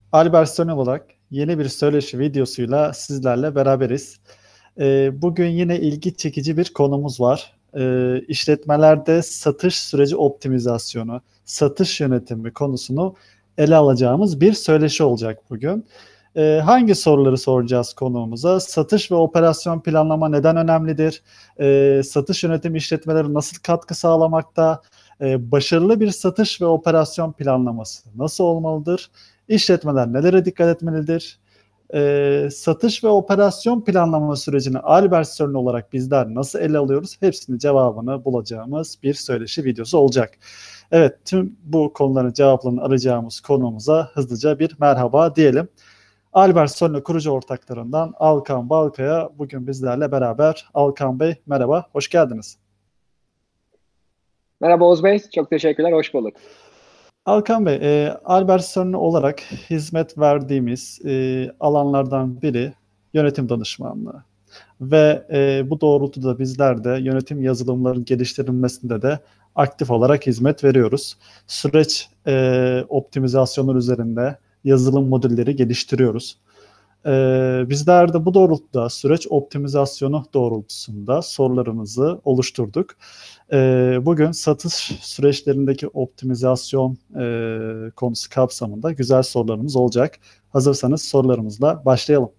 Albert Sönel olarak yeni bir söyleşi videosuyla sizlerle beraberiz. Bugün yine ilgi çekici bir konumuz var. İşletmelerde satış süreci optimizasyonu, satış yönetimi konusunu ele alacağımız bir söyleşi olacak bugün. Hangi soruları soracağız konuğumuza? Satış ve operasyon planlama neden önemlidir? Satış yönetimi işletmeleri nasıl katkı sağlamakta? Başarılı bir satış ve operasyon planlaması nasıl olmalıdır? İşletmeler nelere dikkat etmelidir? Satış ve operasyon planlama sürecini Albert Stern olarak bizler nasıl ele alıyoruz? Hepsinin cevabını bulacağımız bir söyleşi videosu olacak. Evet, tüm bu konuların cevaplarını arayacağımız konumuza hızlıca bir merhaba diyelim. Albert Stern kurucu ortaklarından Alkan Balkaya bugün bizlerle beraber. Alkan Bey merhaba, hoş geldiniz. Merhaba Oğuz Bey, çok teşekkürler, hoş bulduk. Alkan Bey, Albert Stern olarak hizmet verdiğimiz alanlardan biri yönetim danışmanlığı. Ve bu doğrultuda bizler de yönetim yazılımlarının geliştirilmesinde de aktif olarak hizmet veriyoruz. Süreç optimizasyonu üzerinde yazılım modelleri geliştiriyoruz. Bizler de bu doğrultuda süreç optimizasyonu doğrultusunda sorularımızı oluşturduk. Bugün satış süreçlerindeki optimizasyon konusu kapsamında güzel sorularımız olacak. Hazırsanız sorularımızla başlayalım.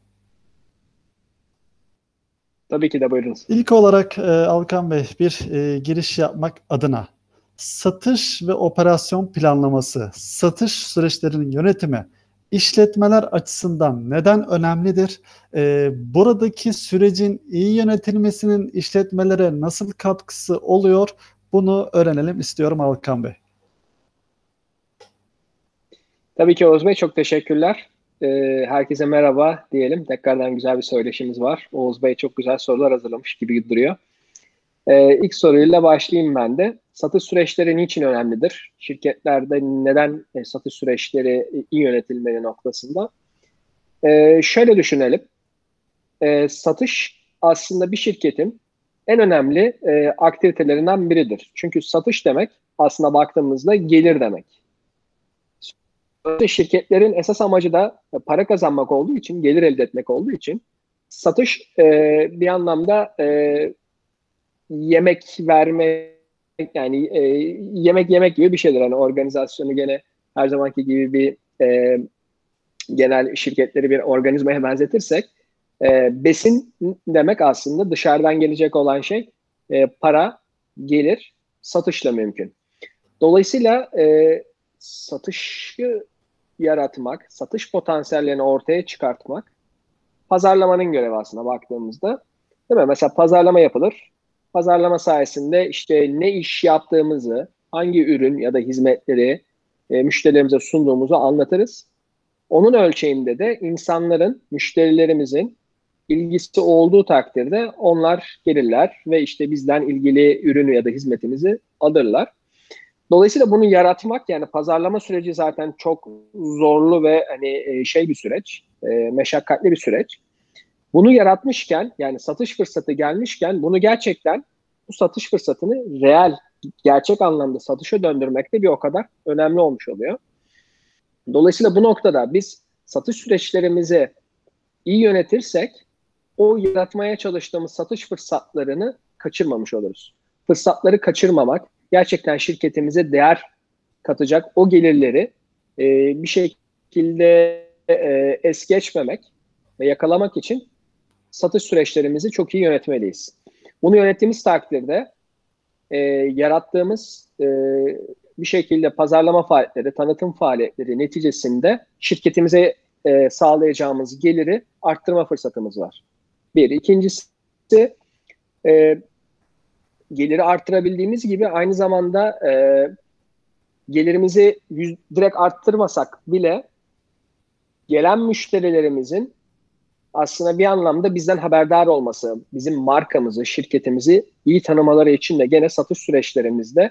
Tabii ki de buyurunuz. İlk olarak Alkan Bey bir giriş yapmak adına satış ve operasyon planlaması, satış süreçlerinin yönetimi işletmeler açısından neden önemlidir? Buradaki sürecin iyi yönetilmesinin işletmelere nasıl katkısı oluyor? Bunu öğrenelim istiyorum Alkan Bey. Tabii ki Oğuz Bey, çok teşekkürler. Herkese merhaba diyelim. Tekrardan güzel bir söyleşimiz var. Oğuz Bey çok güzel sorular hazırlamış gibi duruyor. İlk soruyla başlayayım ben de. Satış süreçleri niçin önemlidir? Şirketlerde neden satış süreçleri iyi yönetilmeli noktasında? Şöyle düşünelim. Satış aslında bir şirketin en önemli aktivitelerinden biridir. Çünkü satış demek aslında baktığımızda gelir demek. Şirketlerin esas amacı da para kazanmak olduğu için, gelir elde etmek olduğu için satış bir anlamda yemek verme, yani yemek yemek gibi bir şeydir. Hani organizasyonu gene her zamanki gibi bir genel şirketleri bir organizmaya benzetirsek besin demek aslında dışarıdan gelecek olan şey para, gelir, satışla mümkün. Dolayısıyla satışı yaratmak, satış potansiyellerini ortaya çıkartmak pazarlamanın görevi aslında baktığımızda. Değil mi? Mesela pazarlama yapılır. Pazarlama sayesinde işte ne iş yaptığımızı, hangi ürün ya da hizmetleri müşterilerimize sunduğumuzu anlatırız. Onun ölçeğinde de insanların, müşterilerimizin ilgisi olduğu takdirde onlar gelirler ve işte bizden ilgili ürünü ya da hizmetimizi alırlar. Dolayısıyla bunu yaratmak, yani pazarlama süreci zaten çok zorlu ve hani şey bir süreç, meşakkatli bir süreç. Bunu yaratmışken, yani satış fırsatı gelmişken bunu gerçekten, bu satış fırsatını reel, gerçek anlamda satışa döndürmek de bir o kadar önemli olmuş oluyor. Dolayısıyla bu noktada biz satış süreçlerimizi iyi yönetirsek o yaratmaya çalıştığımız satış fırsatlarını kaçırmamış oluruz. Fırsatları kaçırmamak, gerçekten şirketimize değer katacak o gelirleri bir şekilde es geçmemek ve yakalamak için satış süreçlerimizi çok iyi yönetmeliyiz. Bunu yönettiğimiz takdirde yarattığımız bir şekilde pazarlama faaliyetleri, tanıtım faaliyetleri neticesinde şirketimize sağlayacağımız geliri arttırma fırsatımız var. Bir. İkincisi, e, geliri arttırabildiğimiz gibi aynı zamanda gelirimizi direkt arttırmasak bile gelen müşterilerimizin aslında bir anlamda bizden haberdar olması, bizim markamızı, şirketimizi iyi tanımaları için de gene satış süreçlerimizde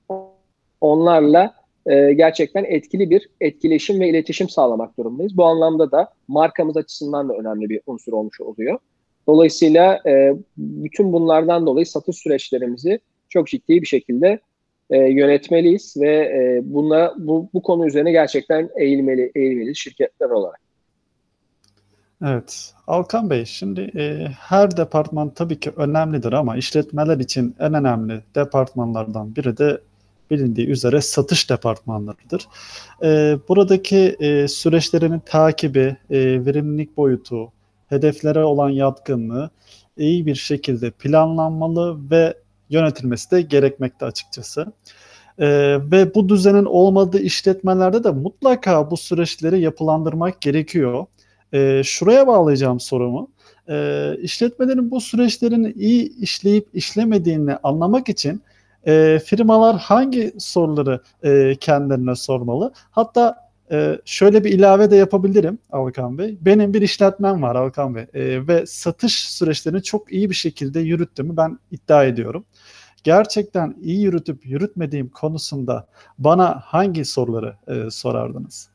onlarla gerçekten etkili bir etkileşim ve iletişim sağlamak durumundayız. Bu anlamda da markamız açısından da önemli bir unsur olmuş oluyor. Dolayısıyla bütün bunlardan dolayı satış süreçlerimizi çok ciddi bir şekilde yönetmeliyiz ve bu konu üzerine gerçekten eğilmeli şirketler olarak. Evet, Alkan Bey, şimdi her departman tabii ki önemlidir ama işletmeler için en önemli departmanlardan biri de bilindiği üzere satış departmanlarıdır. Buradaki süreçlerinin takibi, verimlilik boyutu, hedeflere olan yatkınlığı iyi bir şekilde planlanmalı ve yönetilmesi de gerekmekte açıkçası. Ve bu düzenin olmadığı işletmelerde de mutlaka bu süreçleri yapılandırmak gerekiyor. Şuraya bağlayacağım sorumu. İşletmelerin bu süreçlerini iyi işleyip işlemediğini anlamak için firmalar hangi soruları kendilerine sormalı? Hatta şöyle bir ilave de yapabilirim Alkan Bey. Benim bir işletmem var Alkan Bey ve satış süreçlerini çok iyi bir şekilde yürüttüğümü ben iddia ediyorum. Gerçekten iyi yürütüp yürütmediğim konusunda bana hangi soruları sorardınız?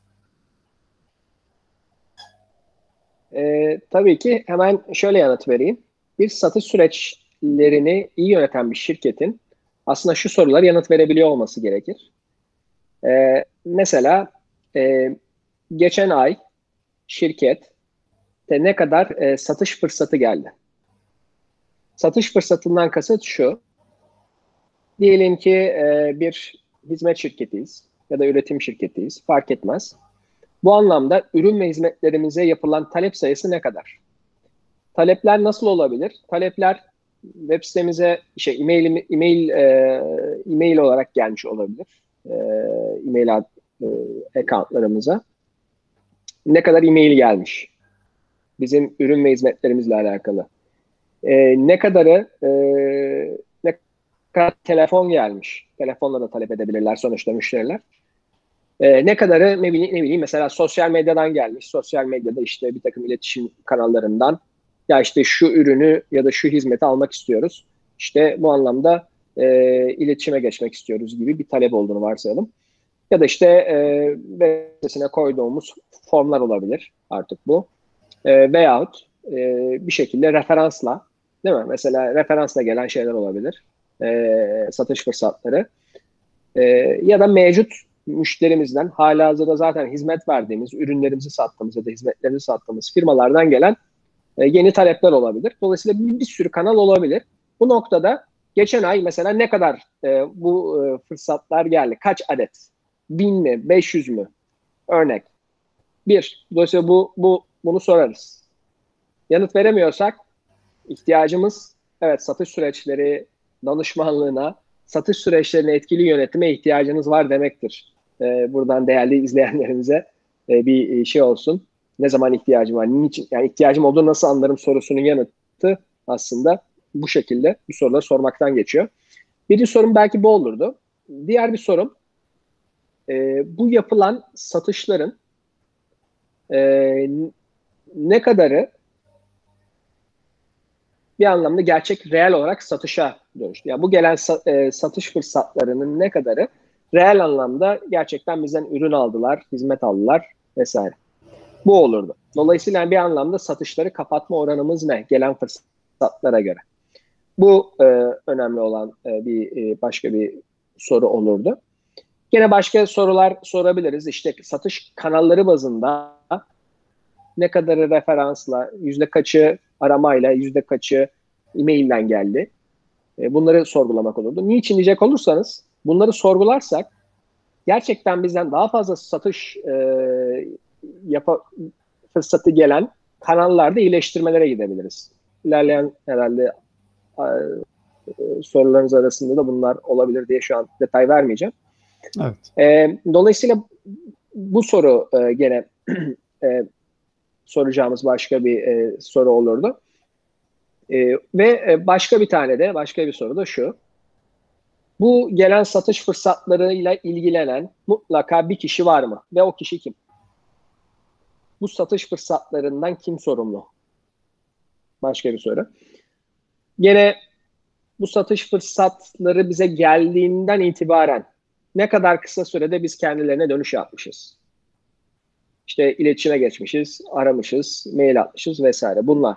Tabii ki hemen şöyle yanıt vereyim. Bir satış süreçlerini iyi yöneten bir şirketin aslında şu sorulara yanıt verebiliyor olması gerekir. Mesela geçen ay şirkette ne kadar satış fırsatı geldi? Satış fırsatından kasıt şu. Diyelim ki bir hizmet şirketiyiz ya da üretim şirketiyiz. Fark etmez. Bu anlamda ürün ve hizmetlerimize yapılan talep sayısı ne kadar? Talepler nasıl olabilir? Talepler web sitemize e-mail olarak gelmiş olabilir. E-mail accountlarımıza. Ne kadar e-mail gelmiş? Bizim ürün ve hizmetlerimizle alakalı. Ne kadarı ne kadar telefon gelmiş? Telefonla da talep edebilirler sonuçta müşteriler. Ne kadarı ne bileyim mesela sosyal medyadan gelmiş. Sosyal medyada işte bir takım iletişim kanallarından ya işte şu ürünü ya da şu hizmeti almak istiyoruz. İşte bu anlamda iletişime geçmek istiyoruz gibi bir talep olduğunu varsayalım. Ya da işte web sitesine koyduğumuz formlar olabilir artık bu. Veyahut bir şekilde referansla, değil mi? Mesela referansla gelen şeyler olabilir. Satış fırsatları. Ya da mevcut müşterimizden halihazırda zaten hizmet verdiğimiz, ürünlerimizi sattığımız ya da hizmetlerimizi sattığımız firmalardan gelen yeni talepler olabilir. Dolayısıyla bir sürü kanal olabilir. Bu noktada geçen ay mesela ne kadar bu fırsatlar geldi? Kaç adet? 1000 mi? 500 mü? Örnek. Dolayısıyla bunu sorarız. Yanıt veremiyorsak ihtiyacımız evet satış süreçleri danışmanlığına, satış süreçlerini etkili yönetime ihtiyacınız var demektir. Buradan değerli izleyenlerimize bir şey olsun. Ne zaman ihtiyacım var? Niçin? Yani ihtiyacım olduğunu nasıl anlarım sorusunun yanıtı aslında bu şekilde bu soruları sormaktan geçiyor. Birinci sorum belki bu olurdu. Diğer bir sorum bu yapılan satışların ne kadarı bir anlamda gerçek reel olarak satışa dönüştü. Yani bu gelen satış fırsatlarının ne kadarı reel anlamda gerçekten bizden ürün aldılar, hizmet aldılar vesaire. Bu olurdu. Dolayısıyla yani bir anlamda satışları kapatma oranımız ne? Gelen fırsatlara göre. Bu önemli olan başka bir soru olurdu. Yine başka sorular sorabiliriz. İşte satış kanalları bazında ne kadarı referansla, yüzde kaçı aramayla, yüzde kaçı e-mailden geldi. Bunları sorgulamak olurdu. Niçin diyecek olursanız bunları sorgularsak gerçekten bizden daha fazla satış fırsatı gelen kanallarda iyileştirmelere gidebiliriz. İlerleyen herhalde sorularınız arasında da bunlar olabilir diye şu an detay vermeyeceğim. Evet. Dolayısıyla bu soru gene soracağımız başka bir soru olurdu. Ve başka bir soru da şu. Bu gelen satış fırsatlarıyla ilgilenen mutlaka bir kişi var mı? Ve o kişi kim? Bu satış fırsatlarından kim sorumlu? Başka bir soru. Gene bu satış fırsatları bize geldiğinden itibaren ne kadar kısa sürede biz kendilerine dönüş yapmışız? İşte iletişime geçmişiz, aramışız, mail atmışız vesaire bunlar.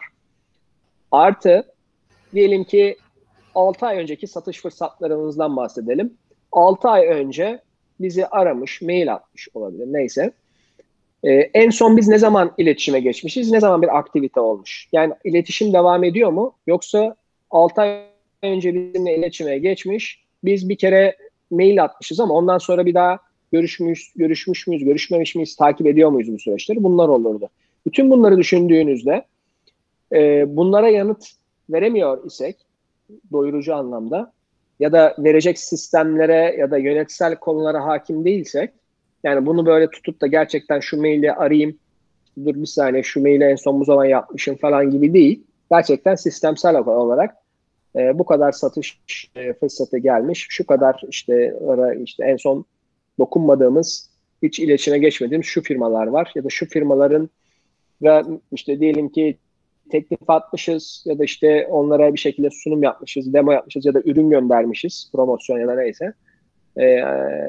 Artı diyelim ki 6 ay önceki satış fırsatlarımızdan bahsedelim. 6 ay önce bizi aramış, mail atmış olabilir, neyse. En son biz ne zaman iletişime geçmişiz? Ne zaman bir aktivite olmuş? Yani iletişim devam ediyor mu? Yoksa 6 ay önce bizimle iletişime geçmiş, biz bir kere mail atmışız ama ondan sonra bir daha görüşmüş müyüz, görüşmemiş miyiz, takip ediyor muyuz bu süreçleri? Bunlar olurdu. Bütün bunları düşündüğünüzde bunlara yanıt veremiyor isek, doyurucu anlamda, ya da verecek sistemlere ya da yönetsel konulara hakim değilsek, yani bunu böyle tutup da gerçekten şu maili arayayım, dur bir saniye şu maili en son bu zaman yapmışım falan gibi değil. Gerçekten sistemsel olarak bu kadar satış fırsatı gelmiş, şu kadar işte en son dokunmadığımız, hiç iletişime geçmediğimiz şu firmalar var ya da şu firmaların işte diyelim ki teklif atmışız ya da işte onlara bir şekilde sunum yapmışız, demo yapmışız ya da ürün göndermişiz, promosyon ya da neyse. Ee,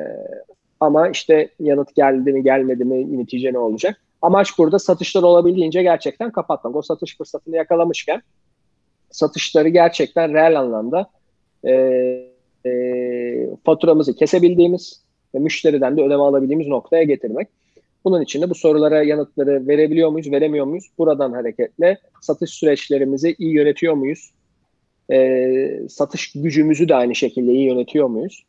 Ama işte yanıt geldi mi gelmedi mi, netice ne olacak? Amaç burada satışları olabildiğince gerçekten kapatmak. O satış fırsatını yakalamışken satışları gerçekten reel anlamda e, faturamızı kesebildiğimiz ve müşteriden de ödeme alabildiğimiz noktaya getirmek. Bunun için de bu sorulara yanıtları verebiliyor muyuz, veremiyor muyuz? Buradan hareketle satış süreçlerimizi iyi yönetiyor muyuz? Satış gücümüzü de aynı şekilde iyi yönetiyor muyuz?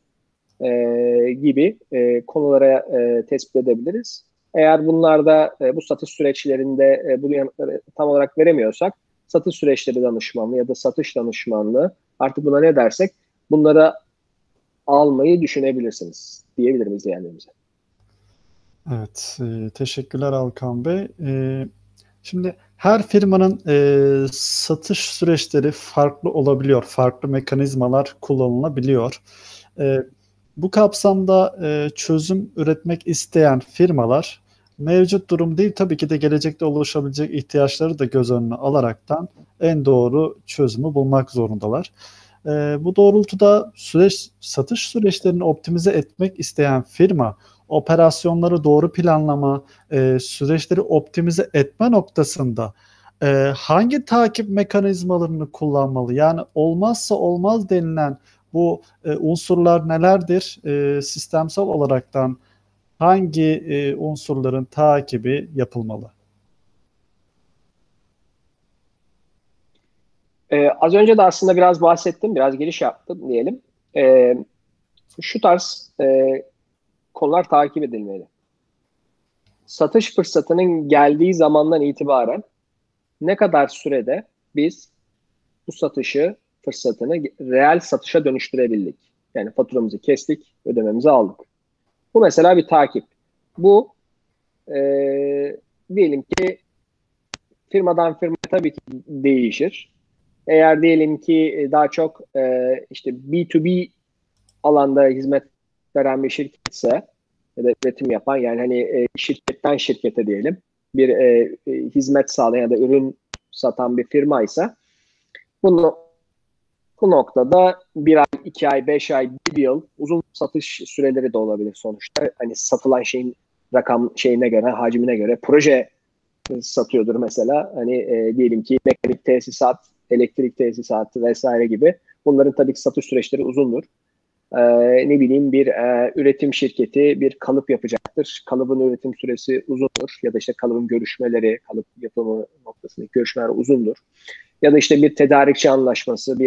Gibi konulara tespit edebiliriz. Eğer bunlarda bu satış süreçlerinde bu yanıtları tam olarak veremiyorsak, satış süreçleri danışmanlığı ya da satış danışmanlığı, artık buna ne dersek, bunlara almayı düşünebilirsiniz diyebilirim izleyenlerimize. Evet, teşekkürler Alkan Bey. Şimdi her firmanın satış süreçleri farklı olabiliyor, farklı mekanizmalar kullanılabiliyor. E, Bu kapsamda çözüm üretmek isteyen firmalar mevcut durum değil, tabii ki de gelecekte oluşabilecek ihtiyaçları da göz önüne alaraktan en doğru çözümü bulmak zorundalar. Bu doğrultuda satış süreçlerini optimize etmek isteyen firma, operasyonları doğru planlama, süreçleri optimize etme noktasında hangi takip mekanizmalarını kullanmalı? Yani olmazsa olmaz denilen bu unsurlar nelerdir? Sistemsel olaraktan hangi unsurların takibi yapılmalı? Az önce de aslında biraz bahsettim, biraz giriş yaptım diyelim. Şu tarz konular takip edilmeli. Satış fırsatının geldiği zamandan itibaren ne kadar sürede biz bu fırsatını reel satışa dönüştürebildik? Yani faturamızı kestik, ödememizi aldık. Bu mesela bir takip. Bu e, diyelim ki firmadan firmaya tabii ki değişir. Eğer diyelim ki daha çok işte B2B alanda hizmet veren bir şirketse ya da üretim yapan, yani hani şirketten şirkete diyelim bir hizmet sağlayan ya da ürün satan bir firmaysa, bunu bu noktada bir ay, iki ay, beş ay, bir yıl uzun satış süreleri de olabilir sonuçta. Hani satılan şeyin rakam şeyine göre, hacmine göre proje satıyordur mesela. Hani diyelim ki mekanik tesisat, elektrik tesisatı vesaire gibi. Bunların tabii ki satış süreçleri uzundur. Ne bileyim bir üretim şirketi bir kalıp yapacaktır. Kalıbın üretim süresi uzundur. Ya da işte kalıbın görüşmeleri, kalıp yapımı noktasındaki görüşmeler uzundur. Ya da işte bir tedarikçi anlaşması,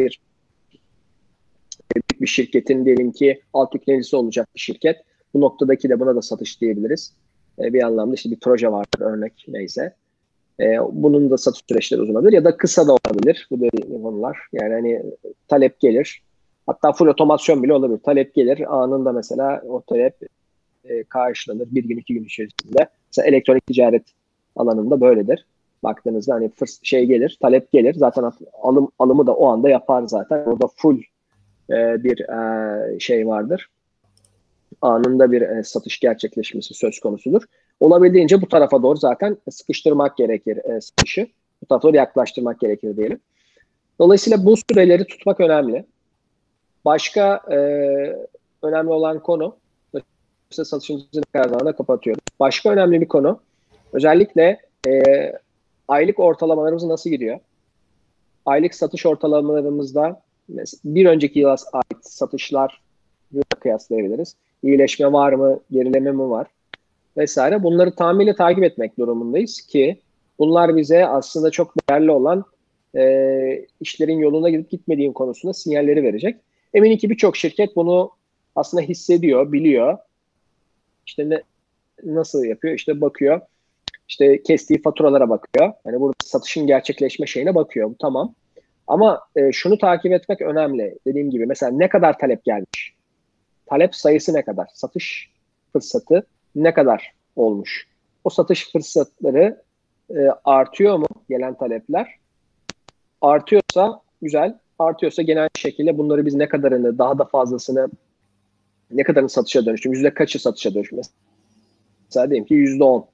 bir şirketin diyelim ki alt yüklenicisi olacak bir şirket. Bu noktadaki de buna da satış diyebiliriz. Bir anlamda işte bir proje vardır örnek, neyse. Bunun da satış süreçleri uzun olabilir ya da kısa da olabilir. Bu dediğim konular. Yani hani talep gelir. Hatta full otomasyon bile olabilir. Talep gelir. Anında mesela o talep karşılanır. Bir gün, iki gün içerisinde. Mesela elektronik ticaret alanında böyledir. Baktığınızda hani şey gelir, talep gelir. Zaten alımı da o anda yapar zaten. Orada full bir şey vardır. Anında bir satış gerçekleşmesi söz konusudur. Olabildiğince bu tarafa doğru zaten sıkıştırmak gerekir satışı. Bu tarafa doğru yaklaştırmak gerekir diyelim. Dolayısıyla bu süreleri tutmak önemli. Başka önemli olan konu, işte satışımızı ne kadar zamanda kapatıyoruz. Başka önemli bir konu, özellikle aylık ortalamalarımız nasıl gidiyor? Aylık satış ortalamalarımızda bir önceki yıla ait satışlar kıyaslayabiliriz. İyileşme var mı, gerileme mi var vesaire. Bunları tamamıyla takip etmek durumundayız ki bunlar bize aslında çok değerli olan işlerin yoluna gidip gitmediğin konusunda sinyalleri verecek. Eminim ki birçok şirket bunu aslında hissediyor, biliyor. İşte nasıl yapıyor? İşte bakıyor. İşte kestiği faturalara bakıyor. Yani burada satışın gerçekleşme şeyine bakıyor. Bu tamam. Ama şunu takip etmek önemli. Dediğim gibi mesela ne kadar talep gelmiş? Talep sayısı ne kadar? Satış fırsatı ne kadar olmuş? O satış fırsatları artıyor mu gelen talepler? Artıyorsa güzel. Artıyorsa genel şekilde bunları biz ne kadarını, daha da fazlasını, ne kadarını satışa dönüştüm? Yüzde kaçı satışa dönüştüm? Mesela diyelim ki %10.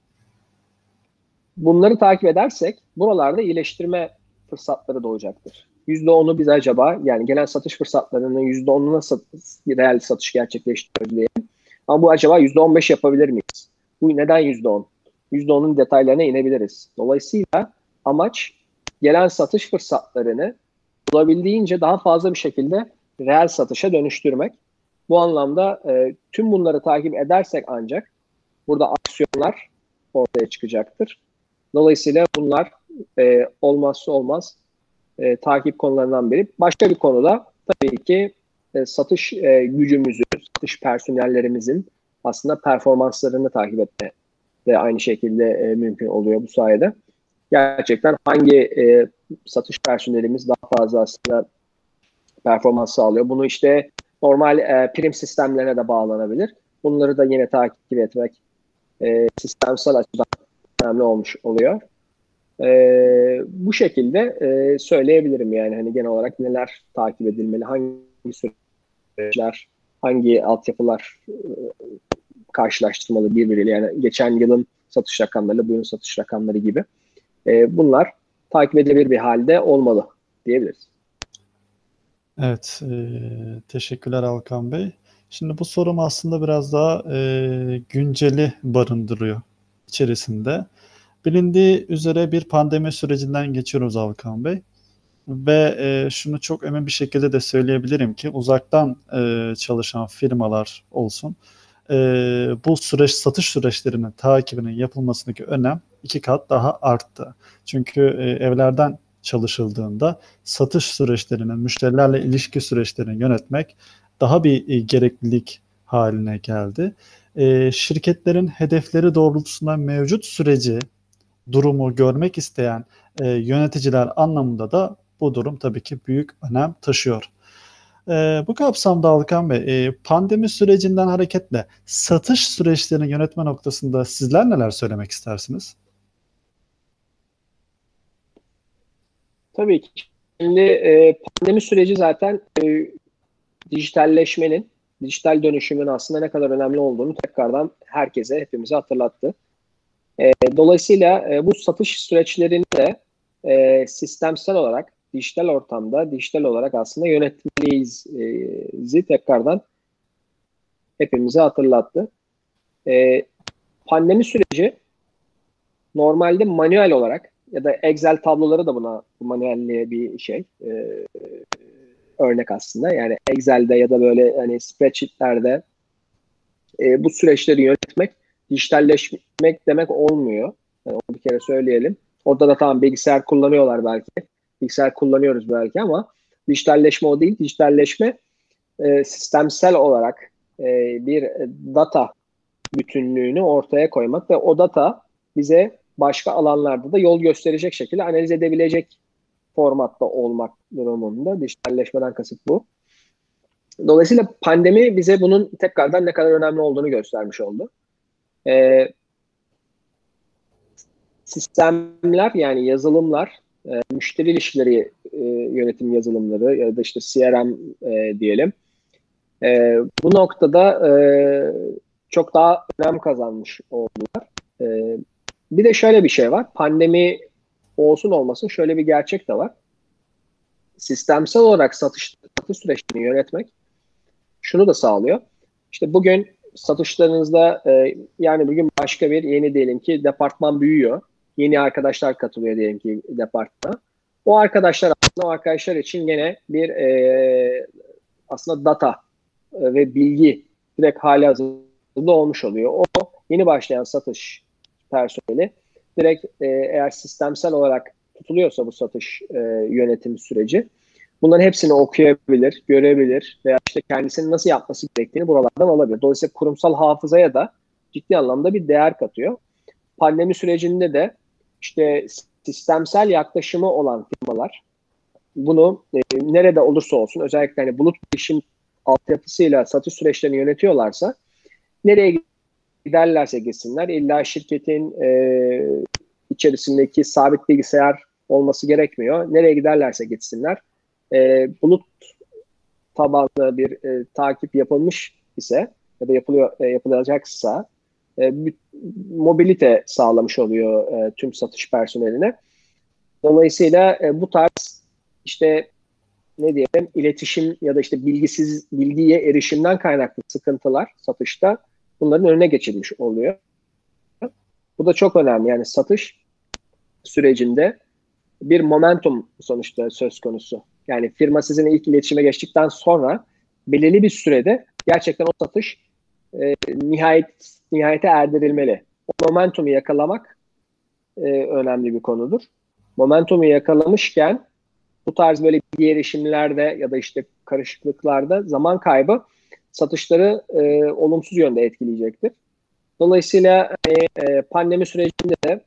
Bunları takip edersek buralarda iyileştirme fırsatları doğacaktır. %10'u biz acaba yani gelen satış fırsatlarının %10'unu nasıl reel satış gerçekleştiriyoruz diyelim. Ama bu acaba %15 yapabilir miyiz? Bu neden %10? %10'un detaylarına inebiliriz. Dolayısıyla amaç gelen satış fırsatlarını olabildiğince daha fazla bir şekilde reel satışa dönüştürmek. Bu anlamda tüm bunları takip edersek ancak burada aksiyonlar ortaya çıkacaktır. Dolayısıyla bunlar olmazsa olmaz takip konularından biri. Başka bir konuda tabii ki satış gücümüzü, satış personellerimizin aslında performanslarını takip etme de aynı şekilde mümkün oluyor bu sayede. Gerçekten hangi satış personelimiz daha fazla aslında performans sağlıyor. Bunu işte normal prim sistemlerine de bağlanabilir. Bunları da yine takip etmek sistemsel açıdan önemli olmuş oluyor. Bu şekilde söyleyebilirim yani hani genel olarak neler takip edilmeli, hangi süreçler, hangi altyapılar karşılaştırmalı birbiriyle yani geçen yılın satış rakamları, bu yılın satış rakamları gibi bunlar takip edilebilir bir halde olmalı diyebiliriz. Evet, teşekkürler Alkan Bey. Şimdi bu sorum aslında biraz daha günceli barındırıyor içerisinde. Bilindiği üzere bir pandemi sürecinden geçiyoruz Alkan Bey. Ve şunu çok emin bir şekilde de söyleyebilirim ki uzaktan çalışan firmalar olsun, e, bu süreç satış süreçlerinin takibinin yapılmasındaki önem iki kat daha arttı. Çünkü evlerden çalışıldığında satış süreçlerinin, müşterilerle ilişki süreçlerini yönetmek daha bir gereklilik haline geldi. Şirketlerin hedefleri doğrultusunda mevcut süreci, durumu görmek isteyen yöneticiler anlamında da bu durum tabii ki büyük önem taşıyor. Bu kapsamda Alkan Bey, pandemi sürecinden hareketle satış süreçlerini yönetme noktasında sizler neler söylemek istersiniz? Tabii ki. Şimdi pandemi süreci zaten dijitalleşmenin, dijital dönüşümün aslında ne kadar önemli olduğunu tekrardan herkese, hepimize hatırlattı. Dolayısıyla bu satış süreçlerini de sistemsel olarak, dijital ortamda, dijital olarak aslında yönetmeliyiz tekrardan hepimize hatırlattı. Pandemi süreci normalde manuel olarak ya da Excel tabloları da buna manuelliğe bir şey örnek aslında. Yani Excel'de ya da böyle hani spreadsheet'lerde bu süreçleri yönetmek dijitalleşmek demek olmuyor. Yani onu bir kere söyleyelim. Orada da tamam bilgisayar kullanıyorlar belki. Bilgisayar kullanıyoruz belki ama dijitalleşme o değil. Dijitalleşme sistemsel olarak bir data bütünlüğünü ortaya koymak ve o data bize başka alanlarda da yol gösterecek şekilde analiz edebilecek formatta olmak durumunda. Dijitalleşmeden kasıt bu. Dolayısıyla pandemi bize bunun tekrardan ne kadar önemli olduğunu göstermiş oldu. Sistemler yani yazılımlar, müşteri ilişkileri yönetim yazılımları ya da işte CRM diyelim. Bu noktada çok daha önem kazanmış oldular. Bir de şöyle bir şey var. Pandemi olsun olmasın şöyle bir gerçek de var. Sistemsel olarak satış süreçlerini yönetmek şunu da sağlıyor. İşte bugün satışlarınızda yani bugün başka bir yeni diyelim ki departman büyüyor. Yeni arkadaşlar katılıyor diyelim ki departmana. O arkadaşlar aslında o arkadaşlar için gene bir aslında data ve bilgi direkt halihazırda olmuş oluyor. O yeni başlayan satış personeli direkt eğer sistemsel olarak tutuluyorsa bu satış yönetim süreci, bunların hepsini okuyabilir, görebilir veya işte kendisinin nasıl yapması gerektiğini buralardan alabilir. Dolayısıyla kurumsal hafızaya da ciddi anlamda bir değer katıyor. Pandemi sürecinde de işte sistemsel yaklaşımı olan firmalar bunu nerede olursa olsun, özellikle hani bulut bilişim altyapısıyla satış süreçlerini yönetiyorlarsa, nereye giderlerse gitsinler illa şirketin içerisindeki sabit bilgisayar olması gerekmiyor. Nereye giderlerse gitsinler bulut tabanlı bir takip yapılmış ise ya da yapılacaksa mobilite sağlamış oluyor tüm satış personeline. Dolayısıyla bu tarz işte ne diyelim iletişim ya da işte bilgiye erişimden kaynaklı sıkıntılar satışta bunların önüne geçilmiş oluyor. Bu da çok önemli. Yani satış sürecinde bir momentum sonuçta söz konusu. Yani firma sizinle ilk iletişime geçtikten sonra belirli bir sürede gerçekten o satış nihayete erdirilmeli. O momentumu yakalamak önemli bir konudur. Momentumu yakalamışken bu tarz böyle bilgi erişimlerde ya da işte karışıklıklarda zaman kaybı satışları olumsuz yönde etkileyecektir. Dolayısıyla pandemi sürecinde de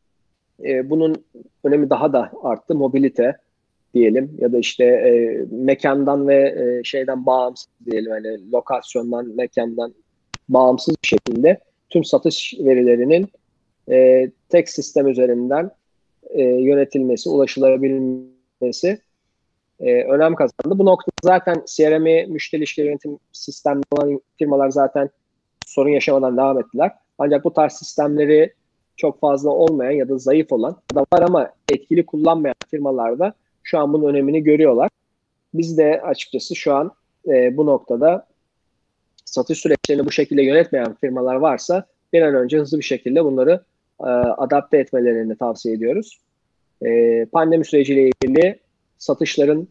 bunun önemi daha da arttı. Mobilite diyelim ya da işte mekandan ve şeyden bağımsız diyelim, hani lokasyondan, mekandan bağımsız bir şekilde tüm satış verilerinin tek sistem üzerinden yönetilmesi, ulaşılabilmesi önem kazandı. Bu noktada zaten CRM'i, müşteri ilişkileri yönetim sistemleri olan firmalar zaten sorun yaşamadan devam ettiler. Ancak bu tarz sistemleri çok fazla olmayan ya da zayıf olan da var ama etkili kullanmayan firmalarda şu an bunun önemini görüyorlar. Biz de açıkçası şu an bu noktada satış süreçlerini bu şekilde yönetmeyen firmalar varsa bir an önce hızlı bir şekilde bunları adapte etmelerini tavsiye ediyoruz. Pandemi süreciyle ilgili satışların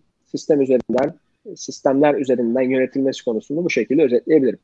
sistemler üzerinden yönetilmesi konusunu bu şekilde özetleyebilirim.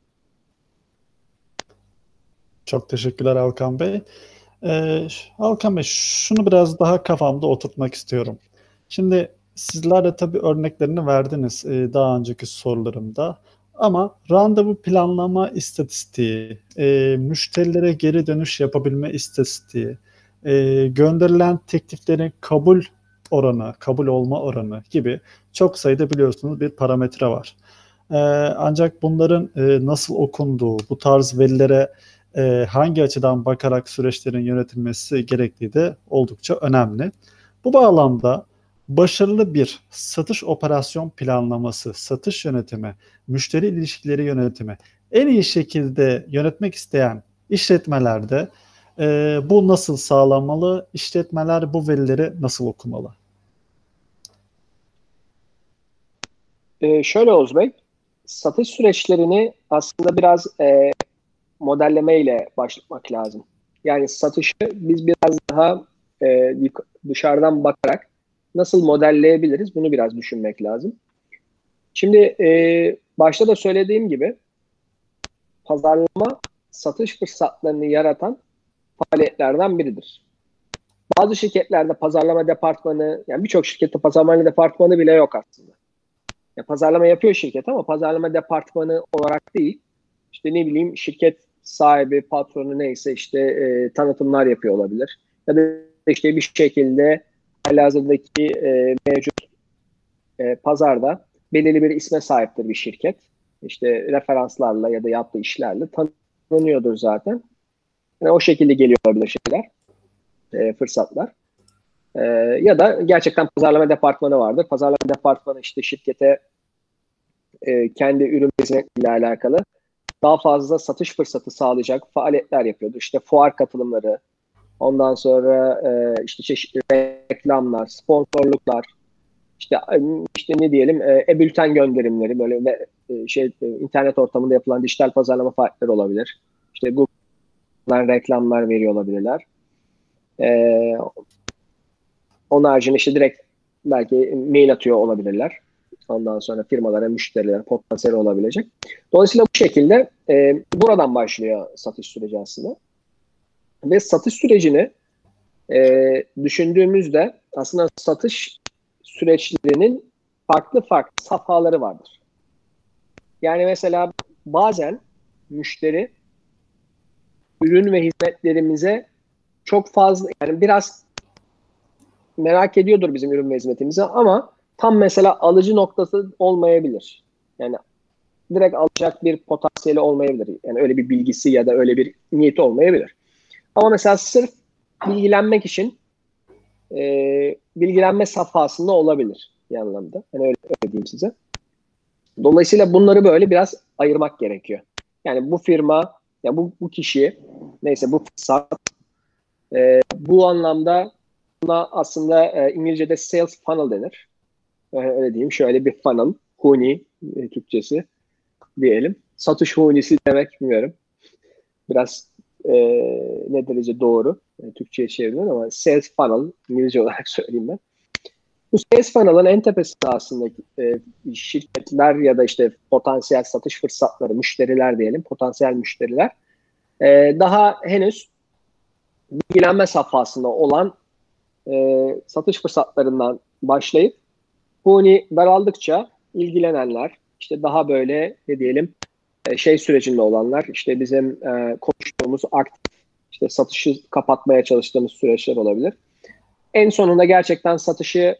Çok teşekkürler Alkan Bey. Alkan Bey, şunu biraz daha kafamda oturtmak istiyorum. Şimdi sizler de tabii örneklerini verdiniz daha önceki sorularımda. Ama randevu planlama istatistiği, müşterilere geri dönüş yapabilme istatistiği, gönderilen tekliflerin oranı, kabul olma oranı gibi çok sayıda biliyorsunuz bir parametre var. Ancak bunların nasıl okunduğu, bu tarz verilere hangi açıdan bakarak süreçlerin yönetilmesi gerektiği de oldukça önemli. Bu bağlamda başarılı bir satış operasyon planlaması, satış yönetimi, müşteri ilişkileri yönetimi en iyi şekilde yönetmek isteyen işletmelerde bu nasıl sağlanmalı? İşletmeler bu verileri nasıl okumalı? Şöyle Oğuz Bey, satış süreçlerini aslında biraz modelleme ile başlamak lazım. Yani satışı biz biraz daha dışarıdan bakarak nasıl modelleyebiliriz bunu biraz düşünmek lazım. Şimdi başta da söylediğim gibi pazarlama satış fırsatlarını yaratan faaliyetlerden biridir. Bazı şirketlerde pazarlama departmanı, yani birçok şirkette pazarlama departmanı bile yok aslında. Ya pazarlama yapıyor şirket ama pazarlama departmanı olarak değil. İşte ne bileyim şirket sahibi, patronu neyse işte tanıtımlar yapıyor olabilir. Ya da işte bir şekilde halihazırdaki mevcut pazarda belirli bir isme sahiptir bir şirket. İşte referanslarla ya da yaptığı işlerle tanınıyordur zaten. Yani o şekilde geliyor olabilir şeyler, fırsatlar. Ya da gerçekten pazarlama departmanı vardır. Pazarlama departmanı işte şirkete kendi ürün ile alakalı daha fazla satış fırsatı sağlayacak faaliyetler yapıyordu. İşte fuar katılımları, ondan sonra işte çeşitli reklamlar, sponsorluklar, işte ne diyelim e-bülten gönderimleri böyle ve internet ortamında yapılan dijital pazarlama faaliyetleri olabilir. İşte Google'dan reklamlar veriyor olabilirler. Onun haricinde işte direkt belki mail atıyor olabilirler. Ondan sonra firmalara, müşterilere, potansiyel olabilecek. Dolayısıyla bu şekilde buradan başlıyor satış süreci aslında. Ve satış sürecini düşündüğümüzde aslında satış süreçlerinin farklı farklı safhaları vardır. Yani mesela bazen müşteri ürün ve hizmetlerimize çok fazla, yani biraz merak ediyordur bizim ürün ve hizmetimizi ama tam mesela alıcı noktası olmayabilir. Yani direkt alacak bir potansiyeli olmayabilir. Yani öyle bir bilgisi ya da öyle bir niyeti olmayabilir. Ama mesela sırf bilgilenmek için bilgilenme safhasında olabilir bir anlamda. Yani öyle diyeyim size. Dolayısıyla bunları böyle biraz ayırmak gerekiyor. Yani bu firma, ya bu kişi, neyse bu fırsat, bu anlamda buna aslında İngilizce'de sales funnel denir. Öyle diyeyim. Şöyle bir funnel, huni Türkçesi diyelim. Satış hunisi demek bilmiyorum. Biraz ne derece doğru Türkçe'ye çeviriyorum ama sales funnel İngilizce olarak söyleyeyim ben. Bu sales funnel'ın en tepesinde aslında şirketler ya da işte potansiyel satış fırsatları, müşteriler diyelim, potansiyel müşteriler daha henüz bilgilenme safhasında olan satış fırsatlarından başlayıp bu daraldıkça ilgilenenler, işte daha böyle ne diyelim şey sürecinde olanlar, işte bizim konuştuğumuz aktif, işte satışı kapatmaya çalıştığımız süreçler olabilir. En sonunda gerçekten satışı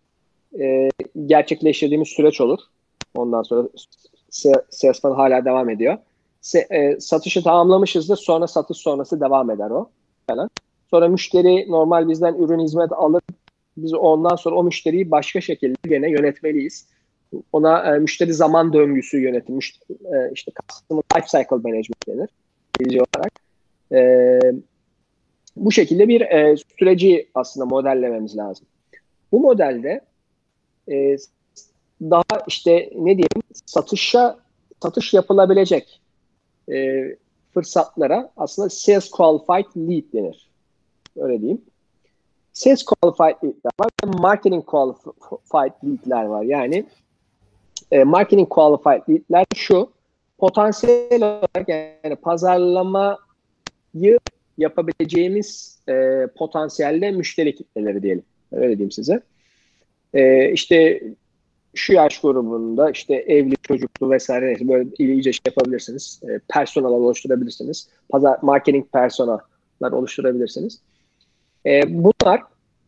gerçekleştirdiğimiz süreç olur. Ondan sonra sales funnel hala devam ediyor. Satışı tamamlamışızdır. Sonra satış sonrası devam eder o falan. Sonra müşteri normal bizden ürün hizmet alır. Biz ondan sonra o müşteriyi başka şekilde gene yönetmeliyiz. Ona müşteri zaman döngüsü yönetimi, işte Customer Life Cycle Management denir İngilizce olarak. Bu şekilde bir süreci aslında modellememiz lazım. Bu modelde daha işte ne diyelim satış yapılabilecek fırsatlara aslında Sales Qualified Lead denir. Öyle diyeyim. Sales Qualified Lead'ler var ve Marketing Qualified Lead'ler var. Yani Marketing Qualified Lead'ler şu, potansiyel olarak yani pazarlamayı yapabileceğimiz potansiyelde müşteri kitleleri diyelim. Öyle diyeyim size. İşte şu yaş grubunda işte evli, çocuklu vesaire böyle iyice şey yapabilirsiniz. Personalar oluşturabilirsiniz. Marketing personalar oluşturabilirsiniz. Bunlar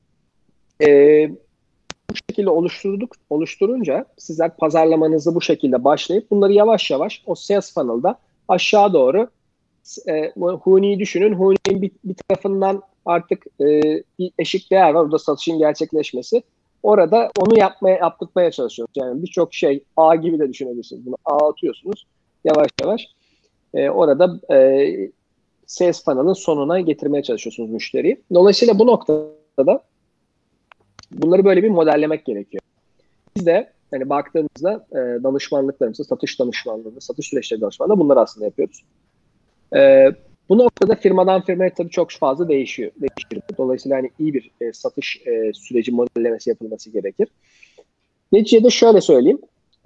bu şekilde oluşturunca sizler pazarlamanızı bu şekilde başlayıp bunları yavaş yavaş o sales funnel'da aşağı doğru Huni'yi düşünün. Huni'nin bir tarafından artık bir eşik değer var. Orada satışın gerçekleşmesi. Orada onu yaptırmaya çalışıyoruz. Yani birçok şey ağ gibi de düşünebilirsiniz. Bunu ağ atıyorsunuz. Yavaş yavaş. Orada sales funnel'ın sonuna getirmeye çalışıyorsunuz müşteriyi. Dolayısıyla bu noktada bunları böyle bir modellemek gerekiyor. Biz de hani baktığımızda danışmanlıklarımızda, satış danışmanlığında, satış süreçleri danışmanlığında bunları aslında yapıyoruz. Bu noktada firmadan firmaya tabii çok fazla değişir. Dolayısıyla hani iyi bir satış süreci modellemesi yapılması gerekir. Neticede şöyle söyleyeyim.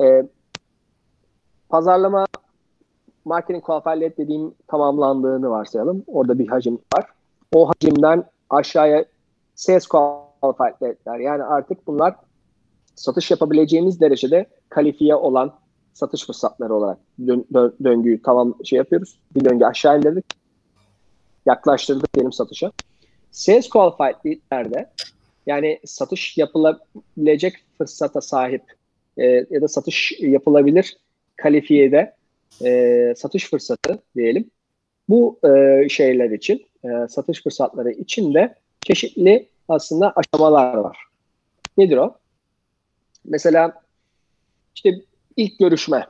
Pazarlama marketing qualified dediğim tamamlandığını varsayalım. Orada bir hacim var. O hacimden aşağıya sales qualified'ler yani artık bunlar satış yapabileceğimiz derecede kalifiye olan satış fırsatları olarak döngüyü tamam şey yapıyoruz. Bir döngü aşağı indirdik. Yaklaştırdık diyelim satışa. Sales qualified lead'lerde yani satış yapılabilecek fırsata sahip ya da satış yapılabilir kalifiyede satış fırsatı diyelim. Bu şeyler için, satış fırsatları için de çeşitli aslında aşamalar var. Nedir o? Mesela işte ilk görüşme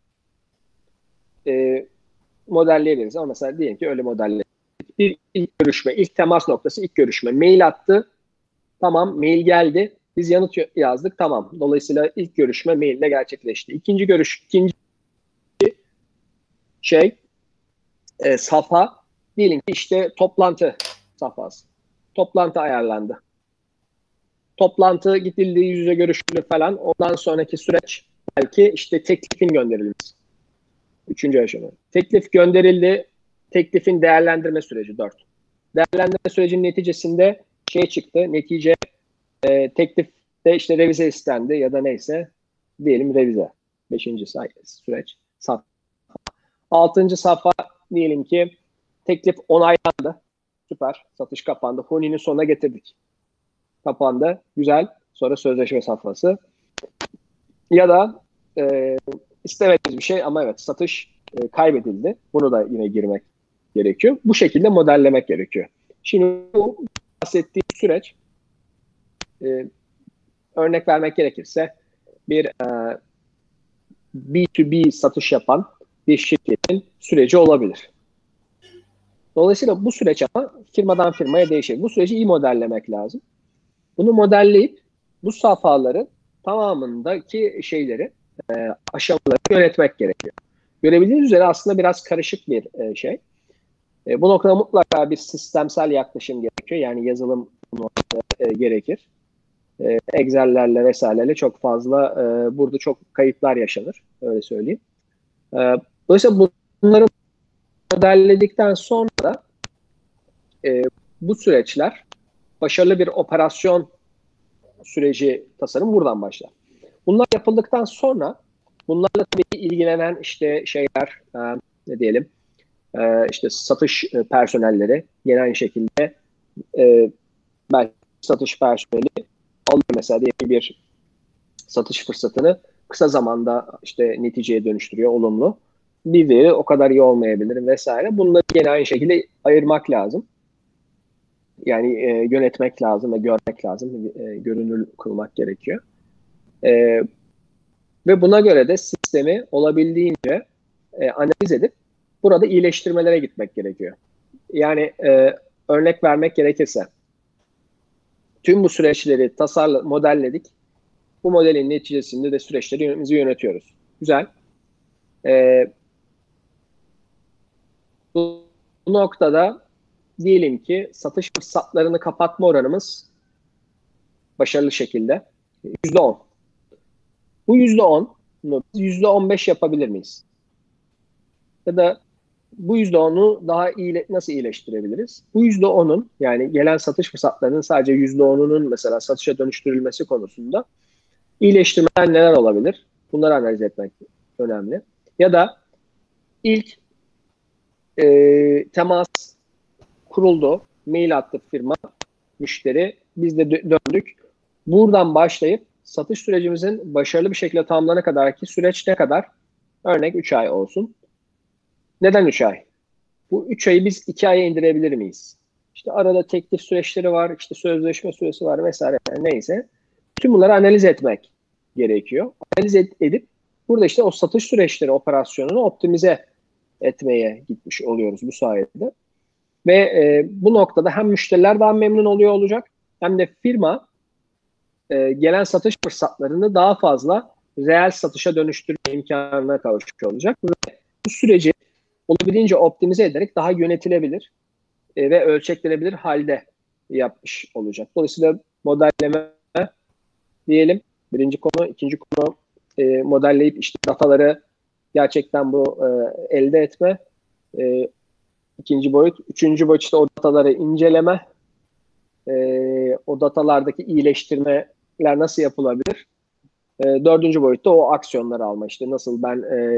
modelleyebiliriz ama mesela diyelim ki öyle modelleyebiliriz. Bir ilk görüşme, ilk temas noktası ilk görüşme. Mail attı, tamam mail geldi, biz yanıt yazdık, tamam. Dolayısıyla ilk görüşme maille gerçekleşti. İkinci şey safha diyelim ki işte toplantı safhası. Toplantı ayarlandı. Toplantı gidildi, yüz yüze görüşüldü falan. Ondan sonraki süreç belki işte teklifin gönderilmesi. Üçüncü aşama. Teklif gönderildi. Teklifin değerlendirme süreci 4. Değerlendirme sürecinin neticesinde şey çıktı. Netice teklifte işte revize istendi ya da neyse diyelim revize. Beşinci süreç. Altıncı safha diyelim ki teklif onaylandı. Süper. Satış kapandı. Huni'nin sonuna getirdik. Kapandı. Güzel. Sonra sözleşme safhası. Ya da istemediğimiz bir şey ama evet satış kaybedildi. Bunu da yine girmek gerekiyor. Bu şekilde modellemek gerekiyor. Şimdi bu bahsettiğim süreç örnek vermek gerekirse bir B2B satış yapan bir şirketin süreci olabilir. Dolayısıyla bu süreç ama firmadan firmaya değişir. Bu süreci iyi modellemek lazım. Bunu modelleyip bu safhaların tamamındaki şeyleri, aşamaları yönetmek gerekiyor. Görebildiğiniz üzere aslında biraz karışık bir şey. Bu noktada mutlaka bir sistemsel yaklaşım gerekiyor. Yani yazılım gerekir. Excel'lerle vesaireyle çok fazla burada çok kayıplar yaşanır. Öyle söyleyeyim. Dolayısıyla bunları modelledikten sonra da bu süreçler başarılı bir operasyon süreci tasarım buradan başlar. Bunlar yapıldıktan sonra bunlarla tabii ilgilenen işte şeyler ne diyelim işte satış personelleri yine aynı şekilde belki satış personeli alıyor mesela diye bir satış fırsatını kısa zamanda işte neticeye dönüştürüyor olumlu. Bir diğeri o kadar iyi olmayabilir vesaire. Bunları yine aynı şekilde ayırmak lazım. Yani yönetmek lazım ve görmek lazım. Görünür kılmak gerekiyor. Ve buna göre de sistemi olabildiğince analiz edip burada iyileştirmelere gitmek gerekiyor. Yani örnek vermek gerekirse tüm bu süreçleri modelledik. Bu modelin neticesinde de süreçleri yönetiyoruz. Güzel. Bu noktada diyelim ki satış fırsatlarını kapatma oranımız başarılı şekilde %10. Bu %10'u %15 yapabilir miyiz? Ya da bu %10'u daha iyi nasıl iyileştirebiliriz? Bu %10'un yani gelen satış fırsatlarının sadece %10'unun mesela satışa dönüştürülmesi konusunda iyileştirmeler neler olabilir? Bunları analiz etmek önemli. Ya da ilk temas kuruldu, mail attı firma, müşteri, biz de döndük. Buradan başlayıp satış sürecimizin başarılı bir şekilde tamamlanana kadar ki süreç ne kadar? Örnek 3 ay olsun. Neden 3 ay? Bu 3 ayı biz 2 aya indirebilir miyiz? İşte arada teklif süreçleri var, işte sözleşme süresi var vesaire neyse. Tüm bunları analiz etmek gerekiyor. Analiz edip burada işte o satış süreçleri operasyonunu optimize etmeye gitmiş oluyoruz bu sayede. Ve bu noktada hem müşteriler daha memnun oluyor olacak hem de firma gelen satış fırsatlarını daha fazla reel satışa dönüştürme imkanına kavuşmuş olacak. Ve bu süreci olabildiğince optimize ederek daha yönetilebilir ve ölçeklenebilir halde yapmış olacak. Dolayısıyla modelleme diyelim birinci konu. İkinci konu modelleyip işte dataları gerçekten bu elde etme. İkinci boyut. Üçüncü boyut işte o dataları inceleme. O datalardaki iyileştirmeler nasıl yapılabilir? Dördüncü boyutta o aksiyonları alma. İşte nasıl ben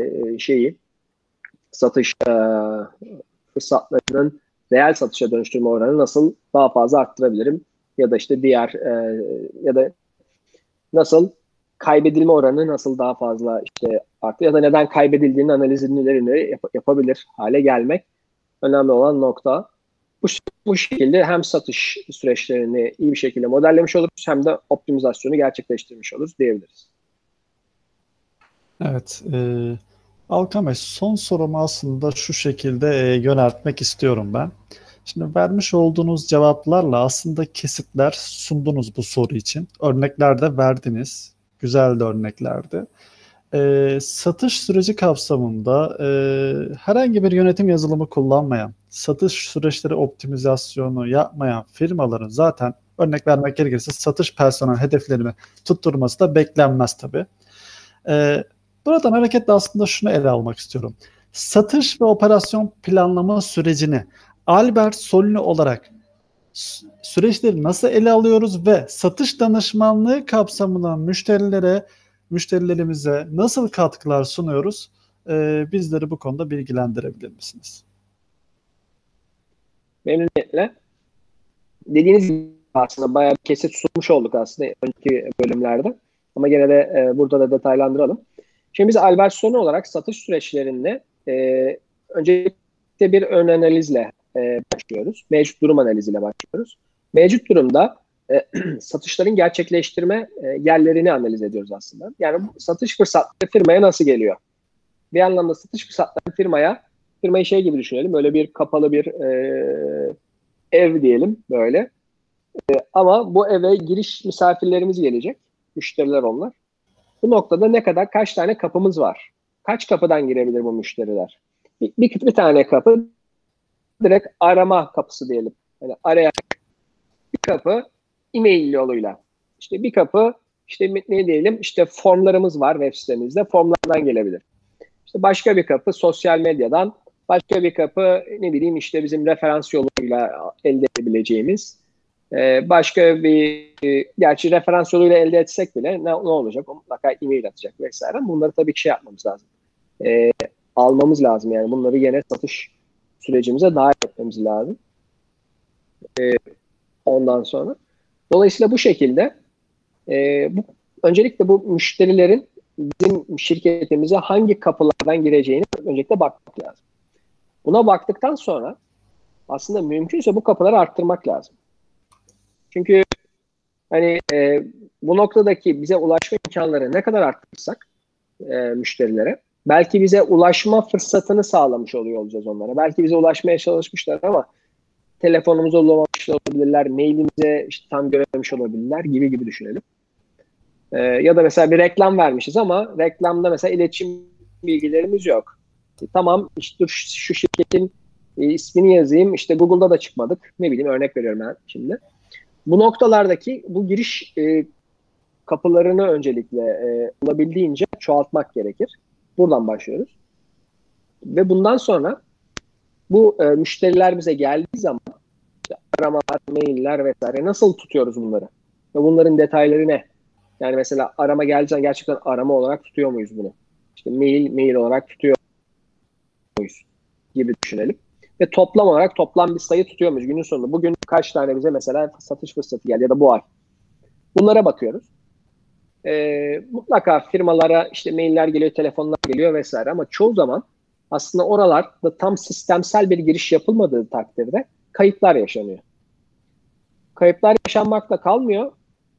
satış fırsatlarının reel satışa dönüştürme oranı nasıl daha fazla arttırabilirim? Ya da işte diğer ya da nasıl kaybedilme oranı nasıl daha fazla işte arttı ya da neden kaybedildiğinin analizini yapabilir hale gelmek önemli olan nokta. Bu şekilde hem satış süreçlerini iyi bir şekilde modellemiş oluruz hem de optimizasyonu gerçekleştirmiş oluruz diyebiliriz. Evet. Alkan Bey, son sorumu aslında şu şekilde yöneltmek istiyorum ben. Şimdi vermiş olduğunuz cevaplarla aslında kesitler sundunuz bu soru için. Örnekler de verdiniz. Güzel de örneklerdi. Satış süreci kapsamında herhangi bir yönetim yazılımı kullanmayan, satış süreçleri optimizasyonu yapmayan firmaların zaten Örnek vermek gerekirse satış personel hedeflerini tutturması da beklenmez tabii. Buradan hareketle aslında şunu ele almak istiyorum. Satış ve operasyon planlama sürecini Albert Solini olarak süreçleri nasıl ele alıyoruz ve satış danışmanlığı kapsamında müşterilerimize nasıl katkılar sunuyoruz? Bizleri bu konuda bilgilendirebilir misiniz? Memnuniyetle. Dediğiniz gibi aslında bayağı bir kesit sunmuş olduk aslında önceki bölümlerde. Ama gene de burada da detaylandıralım. Şimdi biz Albert Solini olarak satış süreçlerinde öncelikle bir ön analizle başlıyoruz. Mevcut durum analiziyle başlıyoruz. Mevcut durumda satışların gerçekleştirme yerlerini analiz ediyoruz aslında. Yani satış fırsatları firmaya nasıl geliyor? Bir anlamda satış fırsatları firmayı şey gibi düşünelim. Böyle bir kapalı bir ev diyelim böyle. Ama bu eve giriş misafirlerimiz gelecek. Müşteriler onlar. Bu noktada kaç tane kapımız var? Kaç kapıdan girebilir bu müşteriler? Bir tane kapı direkt arama kapısı diyelim. Yani arayan bir kapı e-mail yoluyla. İşte bir kapı işte ne diyelim işte formlarımız var web sitemizde. Formlardan gelebilir. İşte başka bir kapı sosyal medyadan, başka bir kapı ne bileyim işte bizim referans yoluyla elde edebileceğimiz başka bir gerçi referans yoluyla elde etsek bile ne olacak? O mutlaka e-mail atacak vesaire. Bunları tabii ki şey yapmamız lazım. Almamız lazım yani. Bunları yine satış sürecimize dahil etmemiz lazım. Ondan sonra. Dolayısıyla bu şekilde öncelikle bu müşterilerin bizim şirketimize hangi kapılardan gireceğini öncelikle bakmak lazım. Buna baktıktan sonra aslında mümkünse bu kapıları arttırmak lazım. Çünkü hani bu noktadaki bize ulaşma imkanları ne kadar arttırırsak müşterilere, belki bize ulaşma fırsatını sağlamış oluyor olacağız onlara. Belki bize ulaşmaya çalışmışlar ama telefonumuza bulamamış olabilirler, mailimize işte tam görememiş olabilirler gibi düşünelim. Ya da mesela bir reklam vermişiz ama reklamda mesela iletişim bilgilerimiz yok. Tamam işte şu şirketin ismini yazayım işte Google'da da çıkmadık. Ne bileyim örnek veriyorum ben şimdi. Bu noktalardaki bu giriş kapılarını öncelikle olabildiğince çoğaltmak gerekir. Buradan başlıyoruz. Ve bundan sonra bu müşteriler bize geldiği zaman işte aramalar, mailler vesaire nasıl tutuyoruz bunları? Ve bunların detayları ne? Yani mesela arama geldiği zaman gerçekten arama olarak tutuyor muyuz bunu? İşte mail olarak tutuyor muyuz? Gibi düşünelim. Ve toplam bir sayı tutuyor muyuz günün sonunda? Bugün kaç tane bize mesela satış fırsatı geldi ya da bu ay? Bunlara bakıyoruz. Mutlaka firmalara işte mailler geliyor, telefonlar geliyor vesaire ama çoğu zaman aslında oralarda tam sistemsel bir giriş yapılmadığı takdirde kayıplar yaşanıyor. Kayıplar yaşanmakla kalmıyor.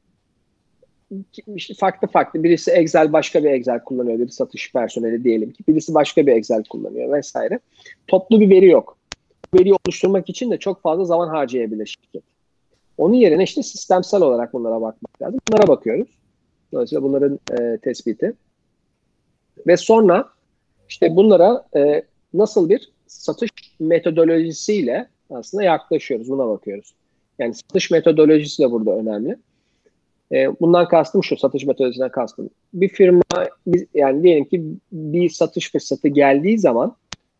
İşte farklı birisi Excel başka bir Excel kullanıyor, bir satış personeli diyelim ki birisi başka bir Excel kullanıyor vesaire. Toplu bir veri yok. Bu veriyi oluşturmak için de çok fazla zaman harcayabilir şirket. Onun yerine işte sistemsel olarak bunlara bakmak lazım. Bunlara bakıyoruz. Dolayısıyla bunların tespiti. Ve sonra işte bunlara nasıl bir satış metodolojisiyle aslında yaklaşıyoruz. Buna bakıyoruz. Yani satış metodolojisi de burada önemli. Bundan kastım şu, satış metodolojisinden kastım. Bir firma, yani diyelim ki bir satış fırsatı geldiği zaman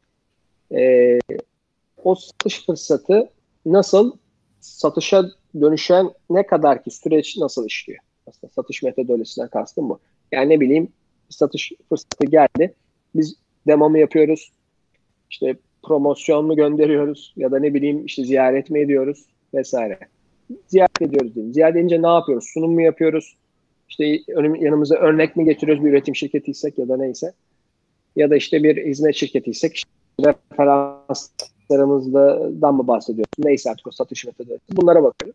o satış fırsatı nasıl satışa dönüşen ne kadar ki süreç nasıl işliyor? Aslında satış metodolojisinden kastım bu. Yani ne bileyim bir satış fırsatı geldi. Biz demo mu yapıyoruz? İşte promosyon mu gönderiyoruz? Ya da ne bileyim işte ziyaret mi ediyoruz? Vesaire. Ziyaret ediyoruz diyeyim. Ziyaret edince ne yapıyoruz? Sunum mu yapıyoruz? İşte yanımıza örnek mi getiriyoruz bir üretim şirketiysek ya da neyse. Ya da işte bir hizmet şirketiysek işte referanslarımızdan mı bahsediyoruz? Neyse artık o satış metodu. Bunlara bakıyoruz.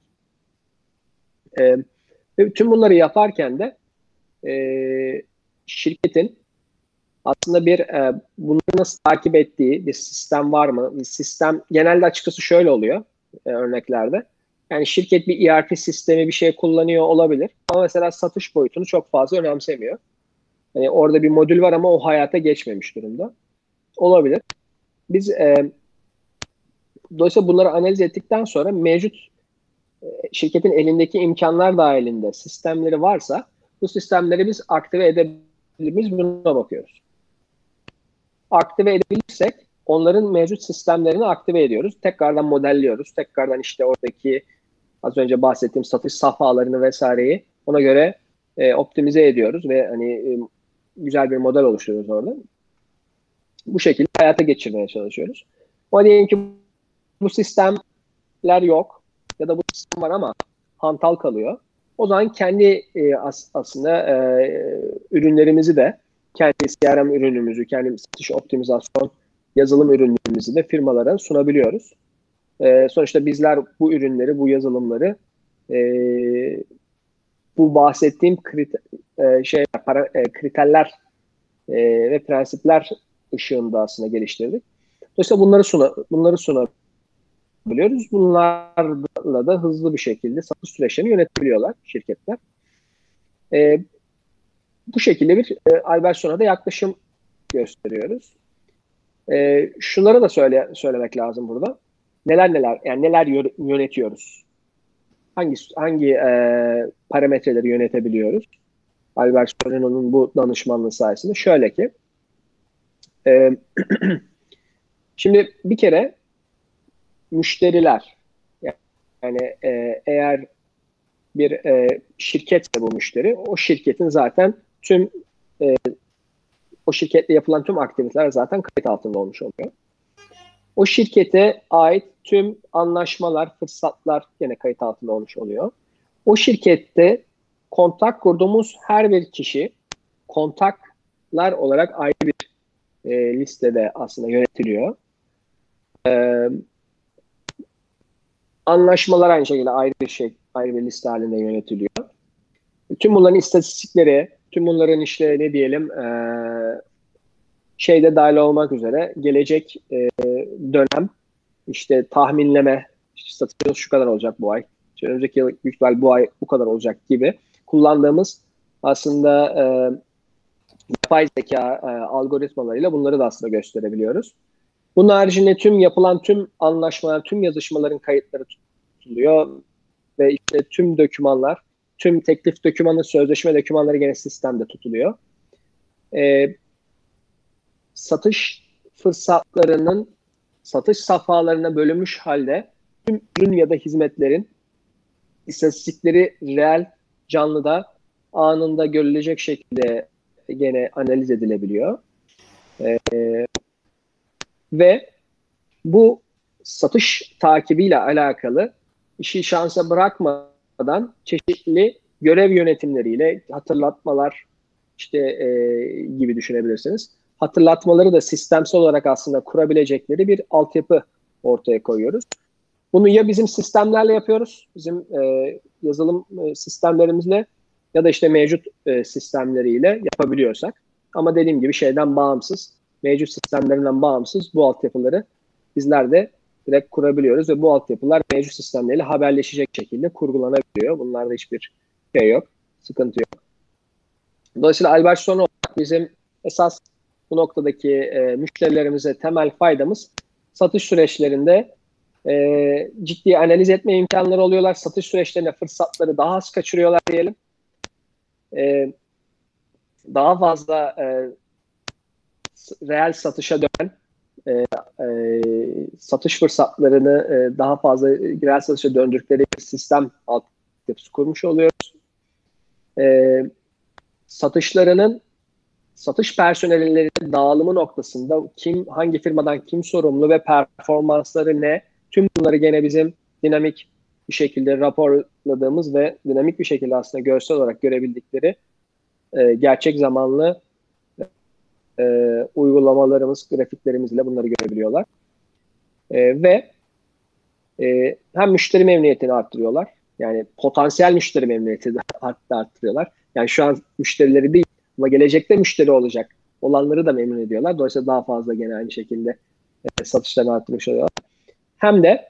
Ve tüm bunları yaparken de şirketin aslında bunları nasıl takip ettiği bir sistem var mı? Bir sistem genelde açıkçası şöyle oluyor örneklerde. Yani şirket bir ERP sistemi bir şey kullanıyor olabilir. Ama mesela satış boyutunu çok fazla önemsemiyor. Yani orada bir modül var ama o hayata geçmemiş durumda. Olabilir. Biz dolayısıyla bunları analiz ettikten sonra mevcut şirketin elindeki imkanlar dahilinde sistemleri varsa bu sistemleri biz aktive edebilir miyiz? Buna bakıyoruz. Aktive edebilirsek onların mevcut sistemlerini aktive ediyoruz. Tekrardan modelliyoruz. Tekrardan işte oradaki az önce bahsettiğim satış safhalarını vesaireyi ona göre optimize ediyoruz ve hani güzel bir model oluşturuyoruz orada. Bu şekilde hayata geçirmeye çalışıyoruz. Ama diyelim ki bu sistemler yok ya da bu sistem var ama hantal kalıyor. O zaman kendi aslında ürünlerimizi de, kendi CRM ürünümüzü, kendi satış optimizasyon yazılım ürünlerimizi de firmalara sunabiliyoruz. Sonuçta bizler bu ürünleri, bu yazılımları bu bahsettiğim kriterler ve prensipler ışığında aslında geliştirdik. Dolayısıyla bunları sunabiliyoruz. Bunlarla da hızlı bir şekilde satış süreçlerini yönetebiliyorlar şirketler. Bu şekilde bir Albertson'a da yaklaşım gösteriyoruz. Şunları da söylemek lazım burada. Neler yönetiyoruz? Hangi parametreleri yönetebiliyoruz? Albertson'un bu danışmanlığı sayesinde. Şöyle ki şimdi bir kere müşteriler, yani eğer bir şirketse bu müşteri, o şirketin zaten o şirketle yapılan tüm aktiviteler zaten kayıt altında olmuş oluyor. O şirkete ait tüm anlaşmalar, fırsatlar yine kayıt altında olmuş oluyor. O şirkette kontak kurduğumuz her bir kişi kontaklar olarak ayrı bir listede aslında yönetiliyor. Anlaşmalar aynı şekilde ayrı bir liste halinde yönetiliyor. Tüm bunların istatistikleri, tüm bunların işte ne diyelim şeyde dahil olmak üzere gelecek dönem işte tahminleme, işte satışımız şu kadar olacak bu ay, işte önümüzdeki yıl büyük ihtimal bu ay bu kadar olacak gibi kullandığımız aslında yapay zeka algoritmalarıyla bunları da aslında gösterebiliyoruz. Bunun haricinde yapılan tüm anlaşmalar, tüm yazışmaların kayıtları tutuluyor ve işte tüm dokümanlar, tüm teklif dokümanı, sözleşme dokümanları gene sistemde tutuluyor. Satış fırsatlarının satış safhalarına bölünmüş halde tüm ürün ya da hizmetlerin istatistikleri reel, canlıda, anında görülecek şekilde gene analiz edilebiliyor. Ve bu satış takibiyle alakalı işi şansa bırakmadan çeşitli görev yönetimleriyle hatırlatmalar işte gibi düşünebilirsiniz. Hatırlatmaları da sistemsel olarak aslında kurabilecekleri bir altyapı ortaya koyuyoruz. Bunu ya bizim sistemlerle yapıyoruz, bizim yazılım sistemlerimizle ya da işte mevcut sistemleriyle yapabiliyorsak. Ama dediğim gibi şeyden bağımsız, mevcut sistemlerinden bağımsız bu altyapıları bizler de direkt kurabiliyoruz ve bu altyapılar mevcut sistemleriyle haberleşecek şekilde kurgulanabiliyor. Bunlarda hiçbir şey yok, sıkıntı yok. Dolayısıyla Albertsson olarak bizim esas bu noktadaki müşterilerimize temel faydamız satış süreçlerinde ciddi analiz etme imkanları oluyorlar. Satış süreçlerinde fırsatları daha az kaçırıyorlar diyelim. Daha fazla reel satışa dönen satış fırsatlarını daha fazla reel satışa döndürdükleri bir sistem altyapısı kurmuş oluyoruz. Satış personellerinin dağılımı noktasında hangi firmadan kim sorumlu ve performansları ne, tüm bunları gene bizim dinamik bir şekilde raporladığımız ve dinamik bir şekilde aslında görsel olarak görebildikleri gerçek zamanlı uygulamalarımız, grafiklerimizle bunları görebiliyorlar. Ve hem müşteri memnuniyetini arttırıyorlar. Yani potansiyel müşteri memnuniyetini arttırıyorlar. Yani şu an müşterileri değil ama gelecekte müşteri olacak olanları da memnun ediyorlar. Dolayısıyla daha fazla gene aynı şekilde satışlarını arttırmış oluyorlar. Hem de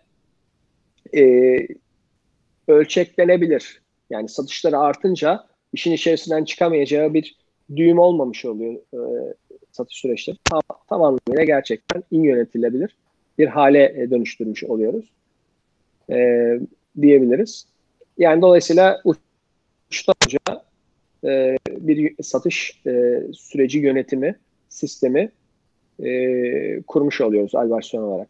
ölçeklenebilir. Yani satışları artınca işin içerisinden çıkamayacağı bir düğüm olmamış oluyor satış süreçleri. Tam anlamıyla gerçekten iyi yönetilebilir bir hale dönüştürmüş oluyoruz. diyebiliriz. Yani dolayısıyla uçtan uca bir satış süreci yönetimi sistemi kurmuş oluyoruz Albarslan olarak.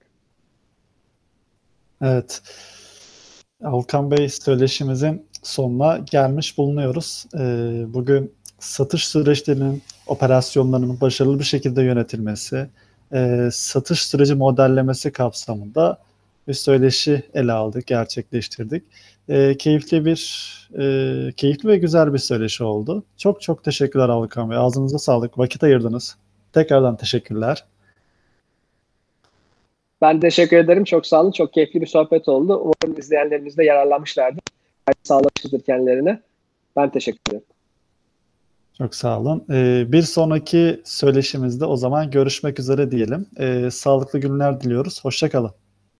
Evet. Alkan Bey, söyleşimizin sonuna gelmiş bulunuyoruz. Bugün satış süreçlerinin, operasyonlarının başarılı bir şekilde yönetilmesi, satış süreci modellemesi kapsamında bir söyleşi ele aldık, gerçekleştirdik. Keyifli ve güzel bir söyleşi oldu. Çok çok teşekkürler Alkan Bey. Ağzınıza sağlık, vakit ayırdınız. Tekrardan teşekkürler. Ben teşekkür ederim. Çok sağ olun. Çok keyifli bir sohbet oldu. Umarım izleyenlerimiz de yararlanmışlardır. Sağlamışızdır kendilerine. Ben teşekkür ederim. Çok sağ olun. Bir sonraki söyleşimizde o zaman görüşmek üzere diyelim. Sağlıklı günler diliyoruz. Hoşça kalın.